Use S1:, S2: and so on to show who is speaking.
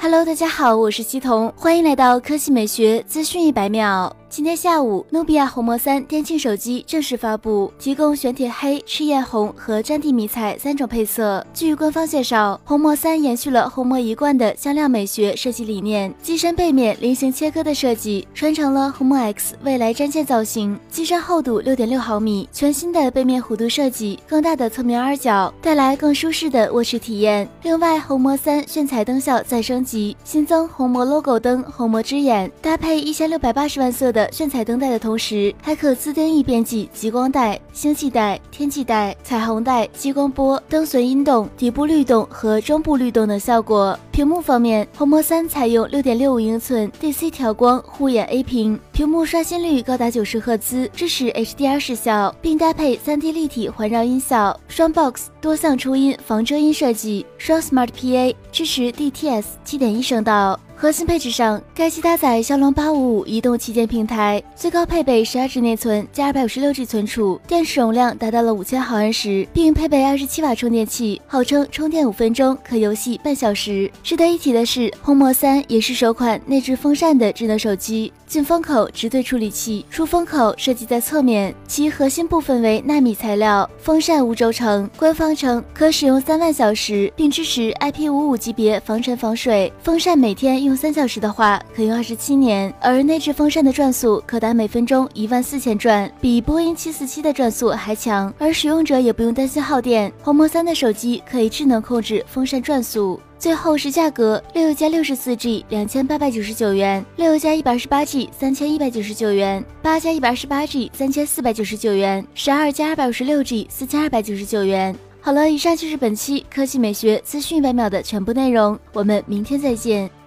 S1: Hello， 大家好，我是西彤，欢迎来到科技美学资讯100秒。今天下午，努比亚红魔3电竞手机正式发布，提供玄铁黑、赤焰红和占地迷彩3种配色。据官方介绍，红魔3延续了红魔一贯的香亮美学设计理念，机身背面菱形切割的设计传承了红魔 X 未来战舰造型，机身厚度 6.6 毫米，全新的背面弧度设计，更大的侧面耳角，带来更舒适的握持体验。另外，红魔3炫彩灯效再升级，新增红魔 logo 灯、红魔之眼，搭配1680万色的炫彩灯带的同时，还可自定义编辑极光带、星际带、天际带、彩虹带、激光波、灯随音动、底部律动和中部律动等效果。屏幕方面，红魔3采用 6.65 英寸 DC 调光护眼 A 屏，屏幕刷新率高达90赫兹，支持 HDR 视效，并搭配 3D 立体环绕音效，双 box 多项出音防遮音设计，双 Smart PA 支持 DTS 7.1声道。核心配置上，该机搭载骁龙855移动旗舰平台，最高配备12G 内存加256G 存储，电池容量达到了5000毫安时，并配备27瓦充电器，号称充电5分钟可游戏半小时。值得一提的是，红魔3也是首款内置风扇的智能手机，进风口直对处理器，出风口设计在侧面，其核心部分为纳米材料，风扇无轴承，官方称可使用3万小时，并支持 IP55 级别防尘防水。风扇每天用3小时的话，可用27年，而内置风扇的转速可达每分钟14000转，比波音747的转速还强，而使用者也不用担心耗电。红魔3的手机可以智能控制风扇转速。最后是价格，6+64G 2899元，6+128G 3199元，8+128G 3499元，12+256G 4299元。好了，以上就是本期科技美学资讯100秒的全部内容，我们明天再见。